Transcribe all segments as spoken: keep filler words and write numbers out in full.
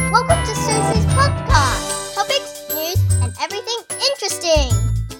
Welcome to Susie's podcast. Topics, news, and everything interesting.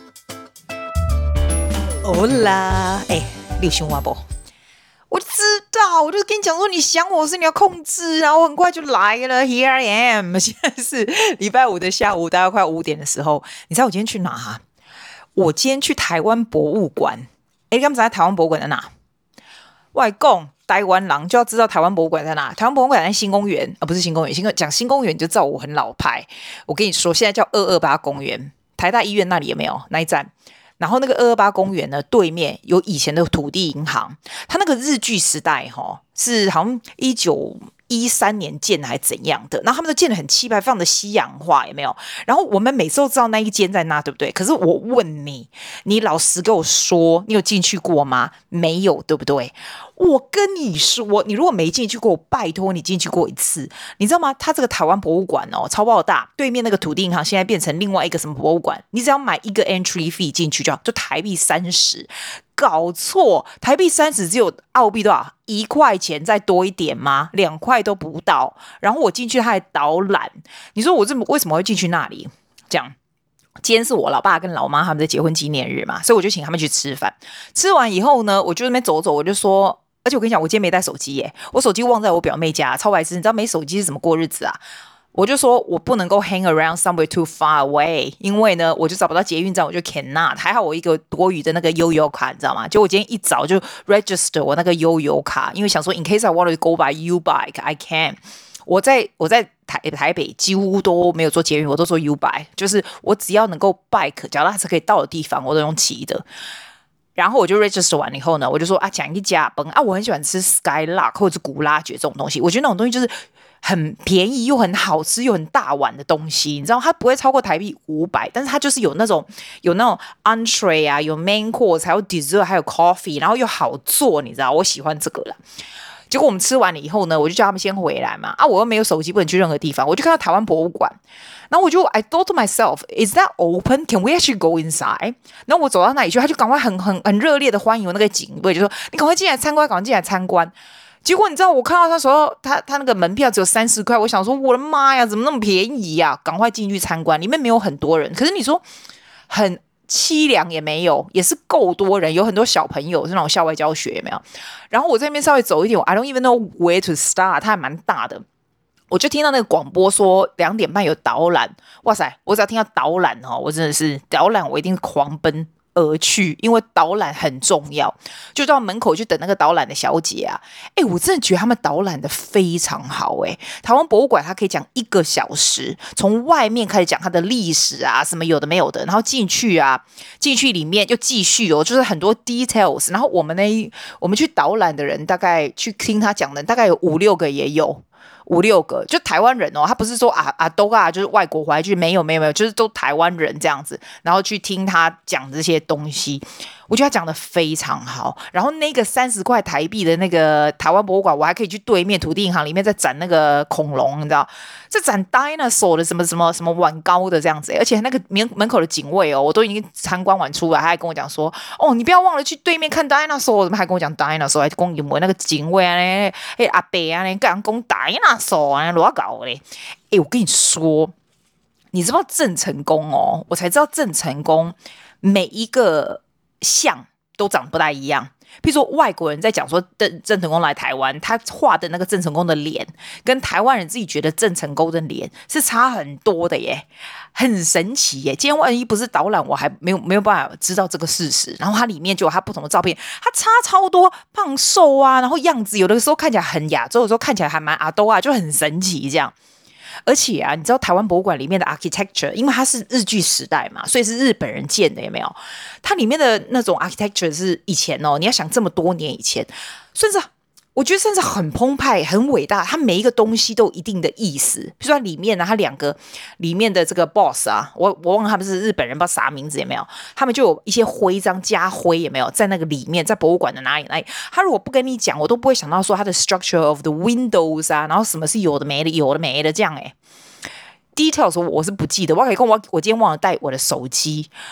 哦啦，哎，你有想我不？我知道，我就跟你讲说，你想我是你要控制，然后我很快就来了。Here I am。现在是礼拜五的下午，大概快五点的时候。你知道我今天去哪？我今天去台湾博物馆。哎，你刚才台湾博物馆在哪？外公，台湾人就要知道台湾博物馆在哪。台湾博物馆在新公园啊，不是新公园。新讲新公园你就知道我很老派。我跟你说，现在叫二二八公园，台大医院那里有没有那一站？然后那个二二八公园呢，对面有以前的土地银行，它那个日据时代哈，是好像一九一三年建的还怎样的，然后他们都建得很气派，非常的西洋化，有没有？然后我们每次都知道那一间在那，对不对？可是我问你，你老实跟我说，你有进去过吗？没有，对不对？我跟你说，你如果没进去过，拜托你进去过一次，你知道吗？它这个台湾博物馆哦，超爆大，对面那个土地银行现在变成另外一个什么博物馆，你只要买一个 entry fee 进去就好，就台币三十。搞错，台币三十只有澳币多少？一块钱再多一点吗？两块都不到。然后我进去，他还导览。你说我这么为什么会进去那里？这样。今天是我老爸跟老妈他们的结婚纪念日嘛，所以我就请他们去吃饭。吃完以后呢，我就在那边走走，我就说，而且我跟你讲，我今天没带手机耶，我手机忘在我表妹家，超白痴。你知道没手机是怎么过日子啊？我就说我不能够 hang around somewhere too far away， 因为呢，我就找不到捷运站，我就 cannot。还好我一个多余的那个悠游卡，你知道吗？就我今天一早就 register 我那个悠游卡，因为想说 in case I want to go by U bike I can。我在我在台台北几乎都没有坐捷运，我都坐 U bike， 就是我只要能够 bike 脚踏车可以到的地方，我都用骑的。然后我就 register 完以后呢，我就说啊，讲一家崩啊，我很喜欢吃 Skylark 或者是古拉爵这种东西，我觉得那种东西就是很便宜又很好吃又很大碗的东西，你知道它不会超过台币五百，但是它就是有那种有那种 entree 啊，有 main course， 还有 dessert， 还有 coffee， 然后又好做，你知道我喜欢这个啦。结果我们吃完了以后呢，我就叫他们先回来嘛。啊，我又没有手机，不能去任何地方。我就看到台湾博物馆，然后我就 I thought to myself, is that open? Can we actually go inside? 然后我走到那里去，他就赶快很很很热烈的欢迎我那个警卫，就说你赶快进来参观，赶快进来参观。结果你知道我看到他的时候，他他那个门票只有三十块，我想说我的妈呀，怎么那么便宜呀、啊？赶快进去参观，里面没有很多人，可是你说很凄凉也没有，也是够多人，有很多小朋友是那种校外教学，有没有？然后我在那边稍微走一点，我 I don't even know where to start， 它还蛮大的。我就听到那个广播说两点半有导览，哇塞！我只要听到导览哦，我真的是导览，我一定狂奔而去，因为导览很重要。就到门口去等那个导览的小姐啊，哎，我真的觉得他们导览的非常好哎。台湾博物馆它可以讲一个小时，从外面开始讲它的历史啊，什么有的没有的，然后进去啊，进去里面就继续哦，就是很多 details。然后我们那我们去导览的人，大概去听他讲的，大概有五六个也有。五六个就台湾人哦，他不是说啊啊都啊就是外国回来去，没有没有没有，就是都台湾人这样子，然后去听他讲这些东西，我觉得他讲的非常好。然后那个三十块台币的那个台湾博物馆，我还可以去对面土地银行里面再展那个恐龙，你知道，这展 dinosaur 的什么什么什么碗糕的这样子，而且那个门门口的警卫哦，我都已经参观完出来，他还跟我讲说，哦，你不要忘了去对面看 dinosaur， 怎么还跟我讲 dinosaur， 还跟我那个警卫啊，那阿伯啊，那跟人讲 dinosaur 啊，乱搞嘞！哎，我跟你说，你知不知道郑成功哦？我才知道郑成功每一个像都长不太一样。譬如说外国人在讲说郑郑成功来台湾，他画的那个郑成功的脸，跟台湾人自己觉得郑成功的脸是差很多的耶，很神奇耶。今天万一不是导览，我还没有没有办法知道这个事实。然后它里面就有他不同的照片，他差超多胖瘦啊，然后样子有的时候看起来很亚洲，有时候看起来还蛮阿兜啊，就很神奇这样。而且啊，你知道台湾博物馆里面的 architecture， 因为它是日据时代嘛，所以是日本人建的，有没有？它里面的那种 architecture 是以前哦，你要想这么多年以前，甚至我觉得甚至很澎湃、很伟大，它每一个东西都有一定的意思。比如说它里面呢，它两个里面的这个 boss 啊，我我忘了他们是日本人，不知道啥名字有没有？他们就有一些徽章家徽有没有？在那个里面，在博物馆的哪里哪里？他如果不跟你讲，我都不会想到说它的 structure of the windows 啊，然后什么是有的没的，有的没的这样哎。details 我是不记得，我可以跟我我今天忘了带我的手机。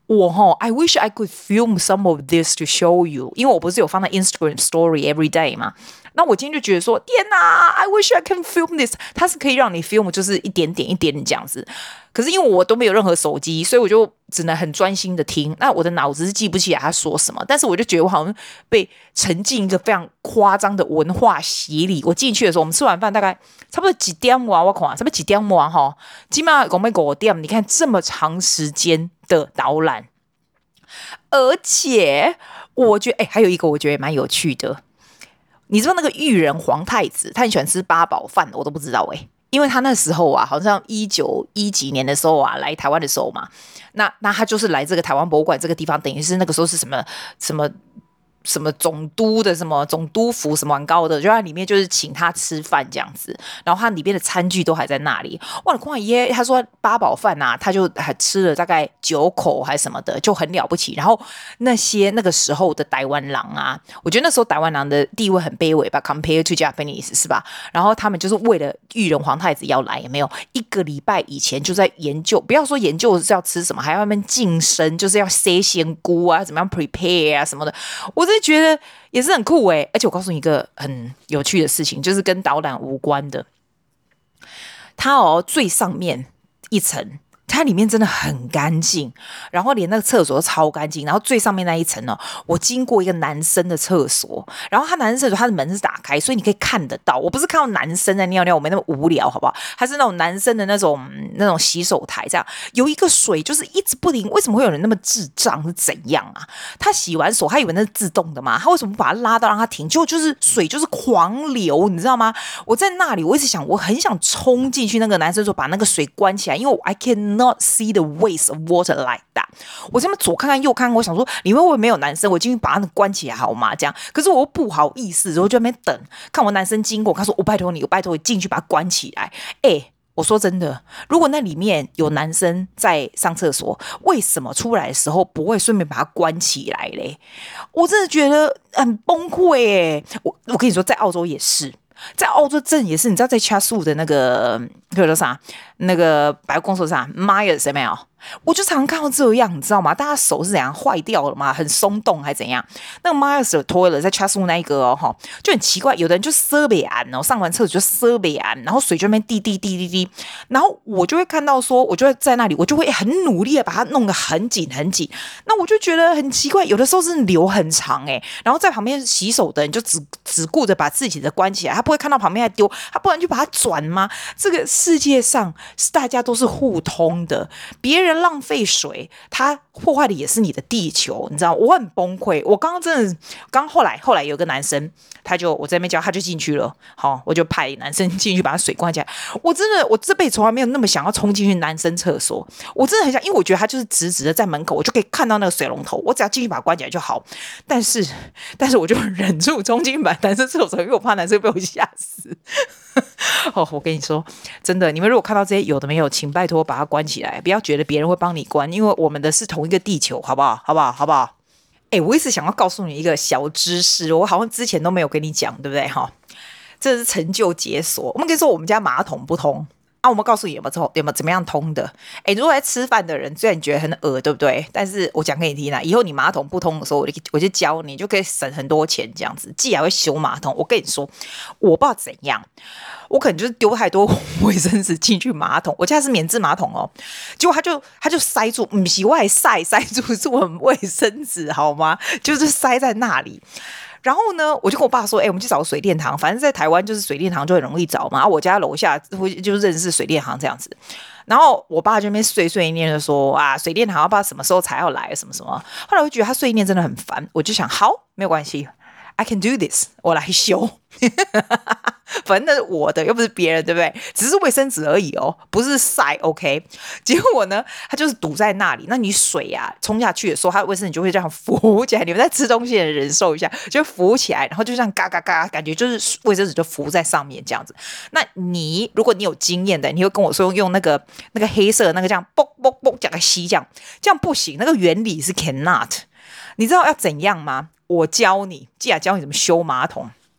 我吼 I wish I could film some of this to show you， 因为我不是有放在 Instagram Story every day 嘛。那我今天就觉得说，天哪 I wish I can film this， 它是可以让你 film 就是一点点一点点这样子。可是因为我都没有任何手机，所以我就只能很专心的听。那我的脑子是记不起来他说什么，但是我就觉得我好像被沉浸一个非常夸张的文化洗礼。我进去的时候，我们吃完饭大概差不多几点哇？我看差不多几点哇哈？起码讲没五点，你看这么长时间的导览，而且我觉得哎，还有一个我觉得蛮有趣的。你知道那个裕仁皇太子，他很喜欢吃八宝饭，我都不知道哎、欸，因为他那时候啊，好像一九一几年的时候啊，来台湾的时候嘛，那那他就是来这个台湾博物馆这个地方，等于是那个时候是什么什么什么总督的什么总督府什么蛮高的，就在里面就是请他吃饭这样子，然后他里面的餐具都还在那里。哇，你看耶，他说八宝饭啊，他就还吃了大概九口还是什么的，就很了不起。然后那些那个时候的台湾人啊，我觉得那时候台湾人的地位很卑微吧 ，compare to Japanese 是吧？然后他们就是为了裕仁皇太子要来，有没有一个礼拜以前就在研究，不要说研究是要吃什么，还要他们晋升，就是要塞仙菇啊，怎么样 prepare 啊什么的，我真的觉得也是很酷哎、欸。而且我告诉你一个很有趣的事情，就是跟导览无关的，它哦最上面一层。它里面真的很干净，然后连那个厕所都超干净，然后最上面那一层呢、哦，我经过一个男生的厕所，然后他男生厕所他的门是打开，所以你可以看得到。我不是看到男生在尿尿，我没那么无聊，好不好？他是那种男生的那种那种洗手台，这样有一个水就是一直不停。为什么会有人那么智障是怎样啊？他洗完手，他以为那是自动的嘛？他为什么不把它拉到让它停？结果就是水就是狂流，你知道吗？我在那里，我一直想，我很想冲进去那个男生说把那个水关起来，因为 I can not see the waste of water like that。我这么左看看右看看，我想说里面会不会没有男生？我进去把它关起来好吗？这样，可是我又不好意思，我就在那边等，看我男生经过，他说我拜托你，我拜托你进去把它关起来。哎，我说真的，如果那里面有男生在上厕所，为什么出来的时候不会顺便把它关起来嘞？我真的觉得很崩溃耶！我我跟你说，在澳洲也是。在澳洲镇也是，你知道在 Chatswood 的那个叫做啥，那个百货公司啥 Myers 有没有？我就常看到这样，你知道吗？大家手是怎样坏掉了吗？很松动还是怎样？那个 Myers 的 toilet 在 Chatswood 那一个哦，就很奇怪，有的人就塞北安哦，上完厕所就塞北安，然后水就那边滴滴滴滴滴，然后我就会看到说，我就会在那里，我就会很努力的把它弄得很紧很紧，那我就觉得很奇怪，有的时候是流很长哎、欸，然后在旁边洗手的人就只只顾着把自己的关起来，他不会看到旁边在丢，他不然就把它转吗？这个世界上是大家都是互通的，别人浪费水，他破坏的也是你的地球，你知道？我很崩溃。我刚刚真的，刚后来后来有个男生，他就我在那边教，他就进去了。好，我就派男生进去把他水关起来。我真的，我这辈子从来没有那么想要冲进去男生厕所。我真的很想，因为我觉得他就是直直的在门口，我就可以看到那个水龙头，我只要进去把它关起来就好。但是，但是我就忍住冲进去把男生厕所，因为我怕男生被我吓死。哦，我跟你说，真的，你们如果看到这些有的没有，请拜托把它关起来，不要觉得别人会帮你关，因为我们的是同一个地球，好不好？好不好？好不好？哎，我一直想要告诉你一个小知识，我好像之前都没有跟你讲，对不对？哈，这是成就解锁。我们跟你说，我们家马桶不通啊，我们告诉你有没有有没有怎么样通的？哎，如果在吃饭的人，虽然你觉得很恶，对不对？但是我讲给你听啦，以后你马桶不通的时候，我就我就教你，就可以省很多钱，这样子。既然会修马桶，我跟你说，我不知道怎样。我可能就是丢太多卫生纸进去马桶，我家是免治马桶哦，结果他就他就塞住，不是我还塞塞住是我卫生纸好吗？就是塞在那里。然后呢，我就跟我爸说：“哎、欸，我们去找水电行，反正在台湾就是水电行就很容易找嘛。啊、我家楼下会就认识水电行这样子。”然后我爸就那边碎碎念的说：“啊，水电行不知道什么时候才要来，什么什么。”后来我就觉得他碎念真的很烦，我就想，好，没有关系。I can do this， 我来修，反正那是我的，又不是别人，对不对？只是卫生纸而已哦，不是晒 ，OK。结果呢，它就是堵在那里，那你水啊冲下去的时候，它的卫生纸就会这样浮起来。你们在吃东西的人忍受一下，就浮起来，然后就这样嘎嘎嘎，感觉就是卫生纸就浮在上面这样子。那你如果你有经验的，你会跟我说用那个那个黑色的那个这样啵啵啵这样吸，这样这样不行，那个原理是 cannot。你知道要怎样吗？我教你，既然教你怎么修马桶，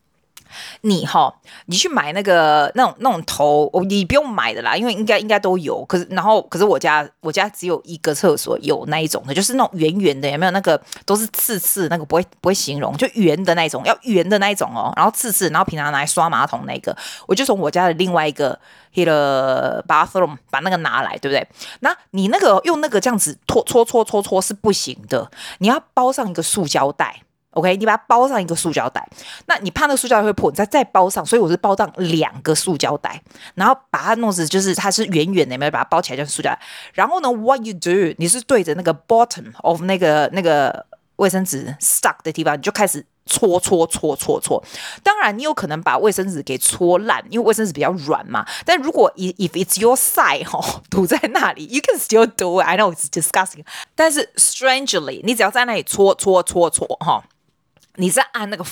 你哈，你去买那个那种那种头，你不用买的啦，因为应该应该都有。可是然后可是我家我家只有一个厕所有那一种的，就是那种圆圆的，有没有那个都是刺刺那个不会不会形容，就圆的那一种，要圆的那一种哦。然后刺刺，然后平常拿来刷马桶那个，我就从我家的另外一个 h e bathroom 把那个拿来，对不对？那你那个用那个这样子搓搓搓搓搓是不行的，你要包上一个塑胶袋。OK， 你把它包上一个塑胶袋，那你怕那个塑胶袋会破，你再再包上，所以我是包上两个塑胶袋，然后把它弄成就是它是圆圆的，没有把它包起来就是塑胶袋。然后呢 ，what you do， 你是对着那个 bottom of 那个那个卫生纸 stuck 的地方，你就开始搓搓搓搓搓。当然，你有可能把卫生纸给搓烂，因为卫生纸比较软嘛。但如果 if it's your side 哦，堵在那里 ，you can still do it. I know it's disgusting， 但是 strangely， 你只要在那里搓搓搓搓哈。你在按那个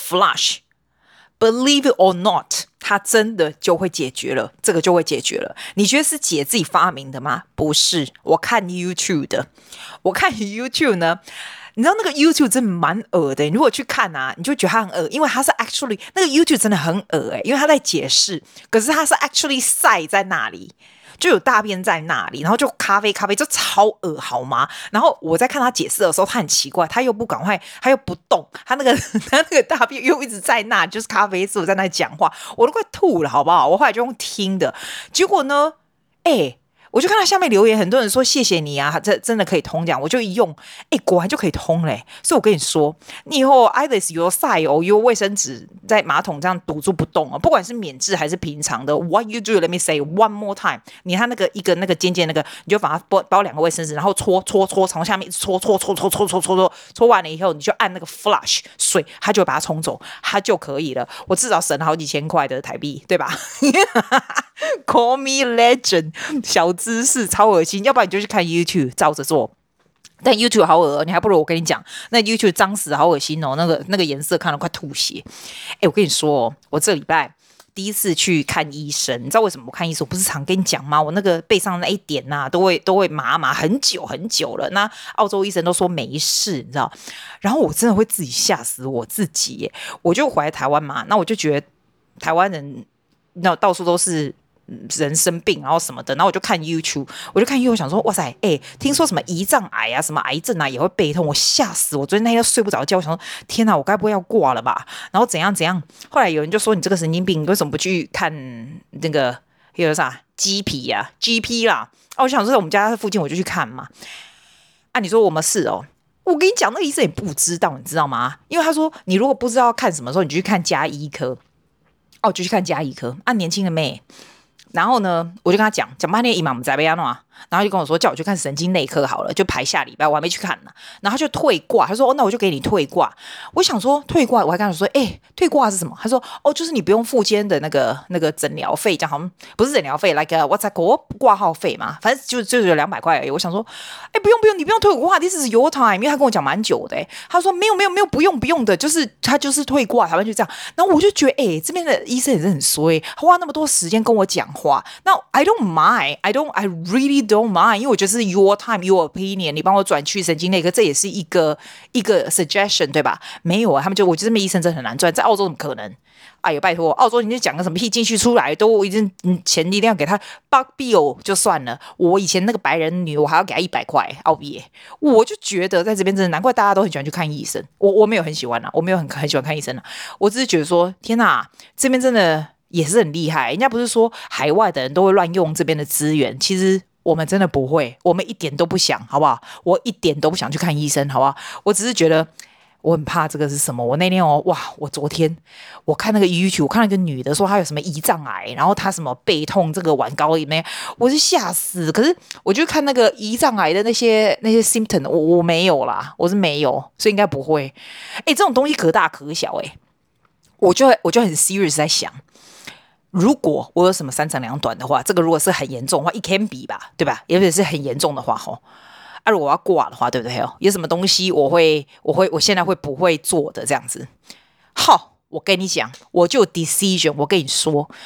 flush，believe it or not， 它真的就会解决了，这个就会解决了。你觉得是姐自己发明的吗？不是，我看 YouTube 的。我看 YouTube 呢，你知道那个 YouTube 真的蛮恶的。你如果去看啊，你就觉得它很恶，因为它是 actually 那个 YouTube 真的很恶哎，因为它在解释，可是它是 actually 晒在那里。就有大便在那里，然后就咖啡咖啡就超恶好吗？然后我在看他解释的时候，他很奇怪，他又不赶快，他又不动，他那个他那个大便又一直在那，就是咖啡师傅在那里讲话，我都快吐了，好不好？我后来就用听的，结果呢，哎、欸。我就看到下面留言，很多人说谢谢你啊，这真的可以通这样，我就一用，哎，果然就可以通嘞。所以我跟你说，你以后 either is your side or your 卫生纸在马桶这样堵住不动啊，不管是免治还是平常的 ，what you do？Let me say one more time， 你看那个一个那个尖尖那个，你就把它包包两个卫生纸，然后搓搓搓，从下面搓搓搓搓搓搓搓搓，搓完了以后，你就按那个 flush 水，它就会把它冲走，它就可以了。我至少省了好几千块的台币，对吧？Call me legend， 小知识超恶心，要不然你就去看 YouTube 照着做。但 YouTube 好恶，你还不如我跟你讲，那 YouTube 脏死好恶心哦，那个那个颜色看了快吐血。哎，我跟你说哦，我这礼拜第一次去看医生，你知道为什么我看医生？我不是常跟你讲吗？我那个背上那一点呐、啊，都会都会麻麻很久很久了。那澳洲医生都说没事，你知道？然后我真的会自己吓死我自己耶。我就回来台湾嘛，那我就觉得台湾人那到处都是。人生病然后什么的，然后我就看 YouTube， 我就看 YouTube， 想说哇塞，哎、欸，听说什么胰脏癌啊，什么癌症啊也会背痛，我吓死我！昨天那天睡不着觉，我想说天哪，我该不会要挂了吧？然后怎样怎样？后来有人就说你这个神经病，你为什么不去看那个有啥鸡皮啊 G P 啦？啊，我想说在我们家附近我就去看嘛。啊，你说我们是哦。我跟你讲，那个医生也不知道，你知道吗？因为他说你如果不知道看什么时候，你就去看家医科。哦，就去看家医科啊，年轻的妹。然后呢，我就跟他讲讲半天，姨妈我们在贝亚诺啊，然后就跟我说叫我去看神经内科好了，就排下礼拜，我还没去看呢。然后他就退挂，他说哦，那我就给你退挂。我想说退挂，我还跟他说，哎、欸，退挂是什么？他说哦，就是你不用付今天的那个那个诊疗费，这样好像不是诊疗费 ，like what's that 挂号费嘛，反正就就有两百块而已。我想说，哎、欸，不用不用，你不用退挂 ，this is your time，因为他跟我讲蛮久的、欸，他说没有没有没有，不用不用的，就是他就是退挂，台湾就这样。然后我就觉得，哎、欸，这边的医生也是很衰，他花那么多时间跟我讲话，那 I don't mind, I don't, I really don't mind。因为我觉得是 your time, your opinion， 你帮我转去神经内科，这也是一个一个 suggestion， 对吧？没有啊，他们就我觉得这边医生真的很难赚，在澳洲怎么可能？哎呦，拜托，澳洲你就讲个什么屁进去出来都已经钱一定要给他 bulk bill 就算了。我以前那个白人女，我还要给他一百块澳币，我就觉得在这边真的难怪大家都很喜欢去看医生。我我没有很喜欢啊，我没有很很喜欢看医生啊，我只是觉得说，天哪，这边真的也是很厉害。人家不是说海外的人都会乱用这边的资源，其实。我们真的不会，我们一点都不想，好不好？我一点都不想去看医生，好不好？我只是觉得我很怕这个是什么。我那天哦，哇！我昨天我看那个 YouTube， 我看到一个女的说她有什么胰脏癌，然后她什么背痛，这个晚高里面，我是吓死。可是我就看那个胰脏癌的那些那些 symptom， 我我没有啦，我是没有，所以应该不会。哎，这种东西可大可小，哎，我就我就很 serious 在想。如果我有什么三长两短的话，这个如果是很严重的话 ，it can be 吧，对吧？也是很严重的话，吼，啊，如果我要挂的话，对不对？有什么东西我会，我会，我现在会不会做的这样子？好，我跟你讲，我就 decision， 我跟你说，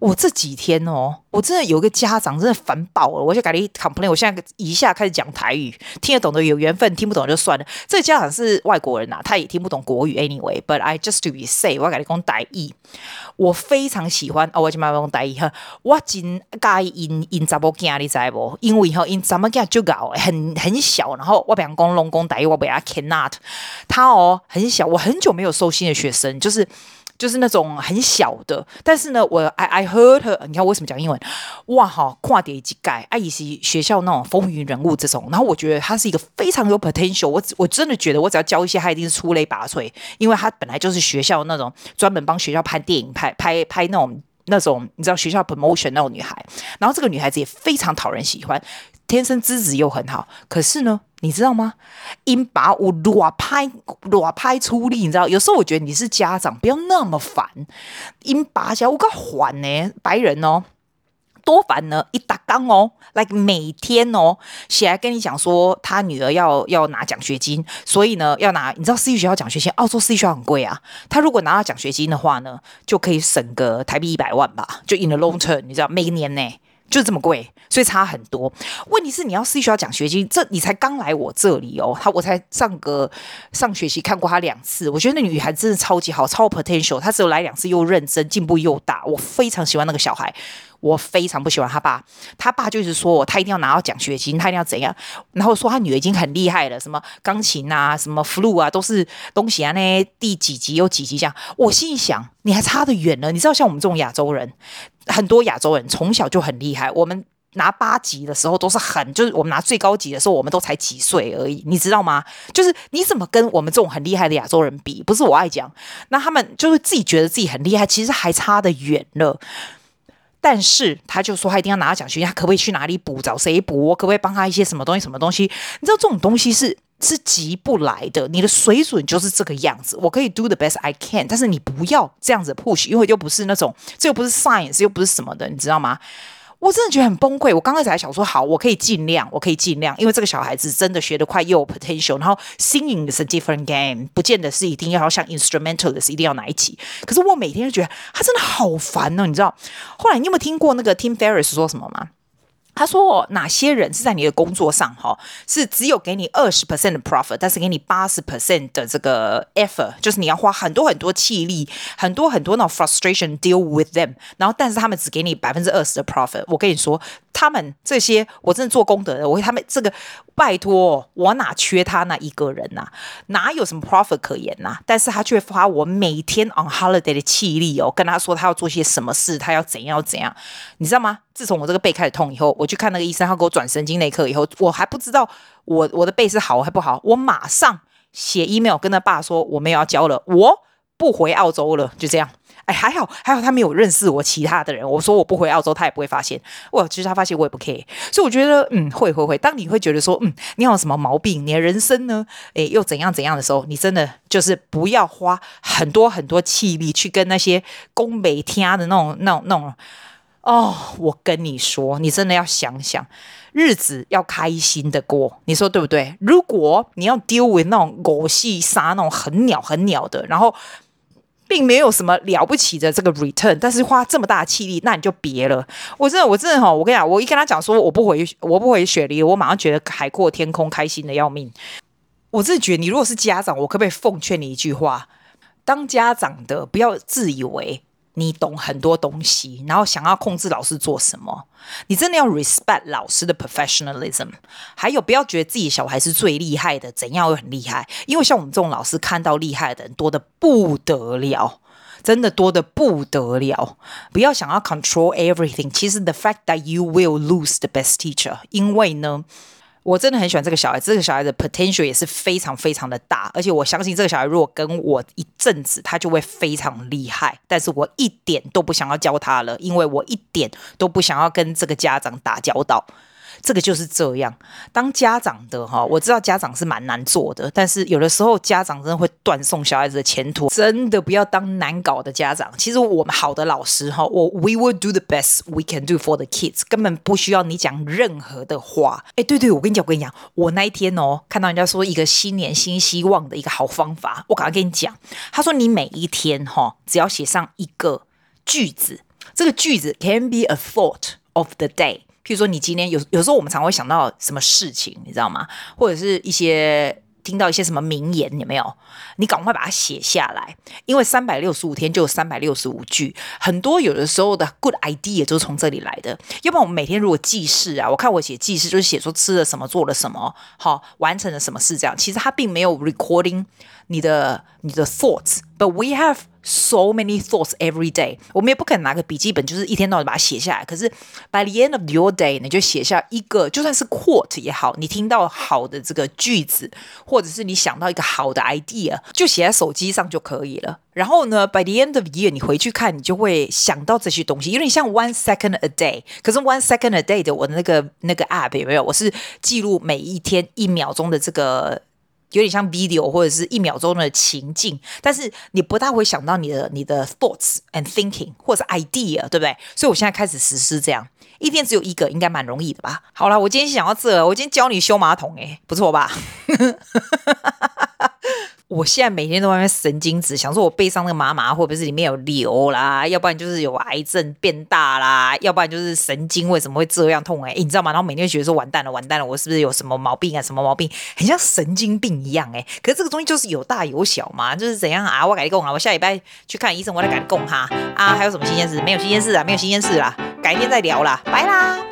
我这几天哦，我真的有一个家长真的烦爆了，我就赶紧 complain。我现在一下开始讲台语，听得懂的有缘分，听不懂就算了。这个家长是外国人呐、啊，他也听不懂国语 anyway。But I just to be say， 我赶紧讲台语。我非常喜欢哦，我今麦讲台语哈，我真介意因因查某囝，你知无？因为哈因查某囝就搞很很小，然后我不想讲拢讲台语，我不要 cannot。他哦很小，我很久没有收新的学生，就是。就是那种很小的，但是呢，我 I I heard her， 你看我为什么讲英文？哇哈，跨点几改，啊，也是学校那种风云人物这种，然后我觉得他是一个非常有 potential， 我我真的觉得我只要教一些，他一定是出类拔萃，因为他本来就是学校那种专门帮学校拍电影、拍拍拍那种那种你知道学校 promotion 那种女孩，然后这个女孩子也非常讨人喜欢，天生资质又很好，可是呢。你知道吗？因把我裸拍裸拍出力，你知道？有时候我觉得你是家长，不要那么烦。因把小我个烦呢，白人哦，多烦呢！一打刚哦 ，like 每天哦，写来跟你讲说他女儿要要拿奖学金，所以呢要拿。你知道私立学校奖学金，澳洲私立学校很贵啊。他如果拿到奖学金的话呢，就可以省个台币一百万吧，就 in the long term， 你知道，每一年呢。就是这么贵，所以差很多。问题是你要私立学校奖学金，这你才刚来我这里哦，他我才上个上学期看过他两次，我觉得那女孩真的超级好，超 potential。她只有来两次，又认真，进步又大，我非常喜欢那个小孩。我非常不喜欢他爸，他爸就是说他一定要拿到奖学金，他一定要怎样，然后说他女儿已经很厉害了，什么钢琴啊，什么 flu 啊，都是东西啊，那第几级有几级这样。我心里想，你还差得远呢。你知道，像我们这种亚洲人，很多亚洲人从小就很厉害，我们拿八级的时候都是很，就是我们拿最高级的时候，我们都才几岁而已，你知道吗？就是你怎么跟我们这种很厉害的亚洲人比？不是我爱讲，那他们就是自己觉得自己很厉害，其实还差得远了。但是他就说他一定要拿到奖学金，他可不可以去哪里补，找谁补，我可不可以帮他一些什么东西什么东西？你知道这种东西是是急不来的，你的水准就是这个样子。我可以 do the best I can， 但是你不要这样子 push， 因为又不是那种，这又不是 science， 又不是什么的，你知道吗？我真的觉得很崩溃。我刚开始还想说，好，我可以尽量，我可以尽量，因为这个小孩子真的学得快，又有 potential。然后 singing is a different game， 不见得是一定要像 instrumentalist 一定要哪一起。可是我每天就觉得他真的好烦哦，你知道？后来你有没有听过那个 Tim Ferriss 说什么吗？他说哪些人是在你的工作上哈，是只有给你 百分之二十 的 profit， 但是给你 百分之八十 的这个 effort， 就是你要花很多很多气力，很多很多那种 frustration deal with them， 然后但是他们只给你 百分之二十 的 profit。 我跟你说他们这些我真的做功德的，我他们这个拜托，我哪缺他那一个人啊，哪有什么 profit 可言啊？但是他却花我每天 on holiday 的气力哦，跟他说他要做些什么事，他要怎样怎样，你知道吗？自从我这个背开始痛以后，我去看那个医生，他给我转神经内科以后，我还不知道我我的背是好还不好，我马上写 email 跟他爸说我没有要教了，我不回澳洲了，就这样。哎，还好还好他没有认识我其他的人，我说我不回澳洲，他也不会发现。我其实他发现我也不 care， 所以我觉得嗯会会会。当你会觉得说嗯你有什么毛病，你的人生呢，哎又怎样怎样的时候，你真的就是不要花很多很多气力去跟那些宫北天的那种那种那种。哦，我跟你说，你真的要想想，日子要开心的过，你说对不对？如果你要 deal with 那种狗戏杀那种很鸟很鸟的，然后并没有什么了不起的这个 return， 但是花这么大的气力，那你就别了。我真的，我真的哈，我跟你讲，我一跟他讲说我不回，我不回雪梨，我马上觉得海阔天空，开心的要命。我真的觉得，你如果是家长，我可不可以奉劝你一句话：当家长的不要自以为你懂很多东西，然后想要控制老师做什么。你真的要 respect 老师的 professionalism， 还有不要觉得自己小孩是最厉害的，怎样又很厉害。因为像我们这种老师看到厉害的人多的不得了，真的多的不得了。不要想要 control everything， 其实 the fact that you will lose the best teacher， 因为呢我真的很喜欢这个小孩，这个小孩的 potential 也是非常非常的大，而且我相信这个小孩如果跟我一阵子，他就会非常厉害。但是我一点都不想要教他了，因为我一点都不想要跟这个家长打交道。这个就是这样，当家长的哈，我知道家长是蛮难做的，但是有的时候家长真的会断送小孩子的前途，真的不要当难搞的家长。其实我们好的老师哈，我 we will do the best we can do for the kids， 根本不需要你讲任何的话。哎，对对，我跟你讲，我跟你讲，我那一天哦，看到人家说一个新年新希望的一个好方法，我赶快跟你讲，他说你每一天哈，只要写上一个句子。 这个句子 can be a thought of the day。譬如说，你今天有有时候我们常会想到什么事情，你知道吗？或者是一些听到一些什么名言，有没有？你赶快把它写下来，因为三百六十五天就有三百六十五句，很多有的时候的 good idea 就是从这里来的。要不然我们每天如果记事啊，我看我写记事就是写说吃了什么，做了什么，好，完成了什么事这样。其实它并没有 recording 你的你的 thoughts，but we have so many thoughts every day。我们也不可能拿个笔记本，就是一天到晚把它写下来。可是 by the end of your day， 你就写下一个，就算是 quote 也好，你听到好的这个句子，或者是你想到一个好的 idea， 就写在手机上就可以了。然后呢 ，by the end of the year， 你回去看，你就会想到这些东西，有点像 one second a day。可是 one second a day 的我的那个那个 app 有没有？我是记录每一天一秒钟的这个。有点像 video 或者是一秒钟的情境，但是你不大会想到你的你的 thoughts and thinking 或者是 idea， 对不对？所以我现在开始实施这样，一天只有一个，应该蛮容易的吧？好啦，我今天想到这，我今天教你修马桶，哎，不错吧？我现在每天都在外面神经质，想说我背上那个麻麻会不会是里面有瘤啦，要不然就是有癌症变大啦，要不然就是神经为什么会这样痛哎、欸，你知道吗？然后每天觉得说完蛋了完蛋了，我是不是有什么毛病啊？什么毛病？很像神经病一样哎、欸。可是这个东西就是有大有小嘛，就是怎样啊？我改你供啊，我下礼拜去看医生，我再改你供哈啊。还有什么新鲜事？没有新鲜事啊，没有新鲜事啦，改天再聊啦，拜啦。